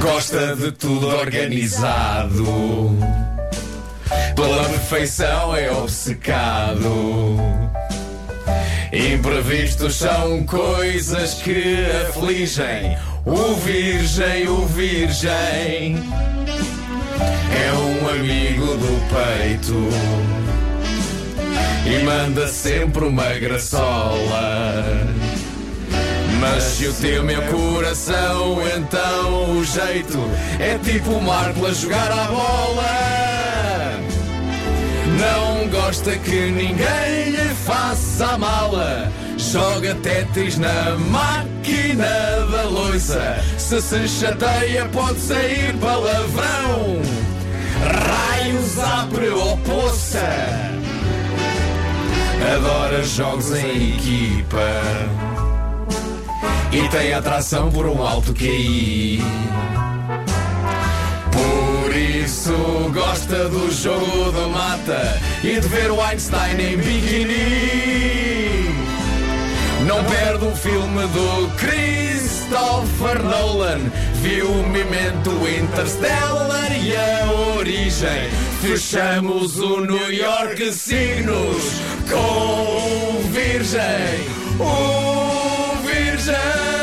Gosta de tudo organizado, pela perfeição é obcecado. Imprevistos são coisas que afligem o virgem, o virgem. É um amigo do peito e manda sempre uma graçola. Mas se o tema é o coração, então o jeito é tipo o Marco a jogar a bola. Não gosta que ninguém lhe faça a mala. Joga Tetris na máquina da louça. Se chateia pode sair palavrão. Raios, abre ou poça. Adora jogos em equipa e tem atração por um alto QI. Por isso gosta do jogo da mata e de ver o Einstein em biquíni. Não perde um filme do Christopher Nolan. Viu o Memento, Interstellar e a Origem. Fechamos o New York Signos com o Virgem. O Virgem.